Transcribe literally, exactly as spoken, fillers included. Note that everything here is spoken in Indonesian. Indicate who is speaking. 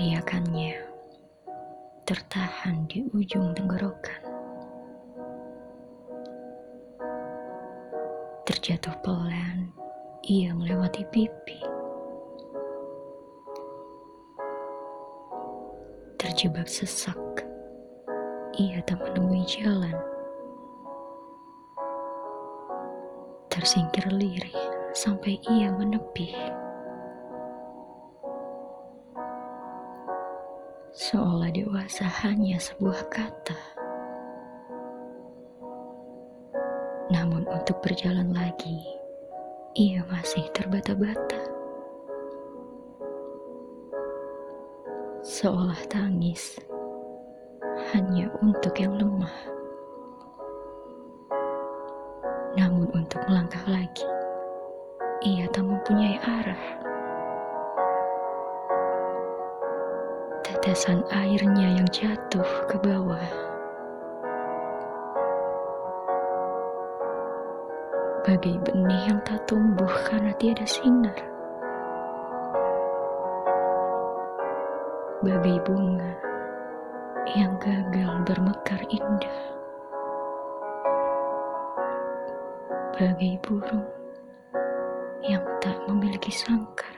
Speaker 1: teriakannya tertahan di ujung tenggorokan. Terjatuh pelan, ia melewati pipi. Terjebak sesak, ia tak menemui jalan. Tersingkir lirih sampai ia menepi. Seolah dewasa hanya sebuah kata. Namun untuk berjalan lagi, ia masih terbata-bata. Seolah tangis hanya untuk yang lemah. Namun untuk melangkah lagi, ia tak mempunyai arah. Tetesan airnya yang jatuh ke bawah. Bagai benih yang tak tumbuh karena tiada sinar. Bagai bunga yang gagal bermekar indah. Bagai burung yang tak memiliki sangkar.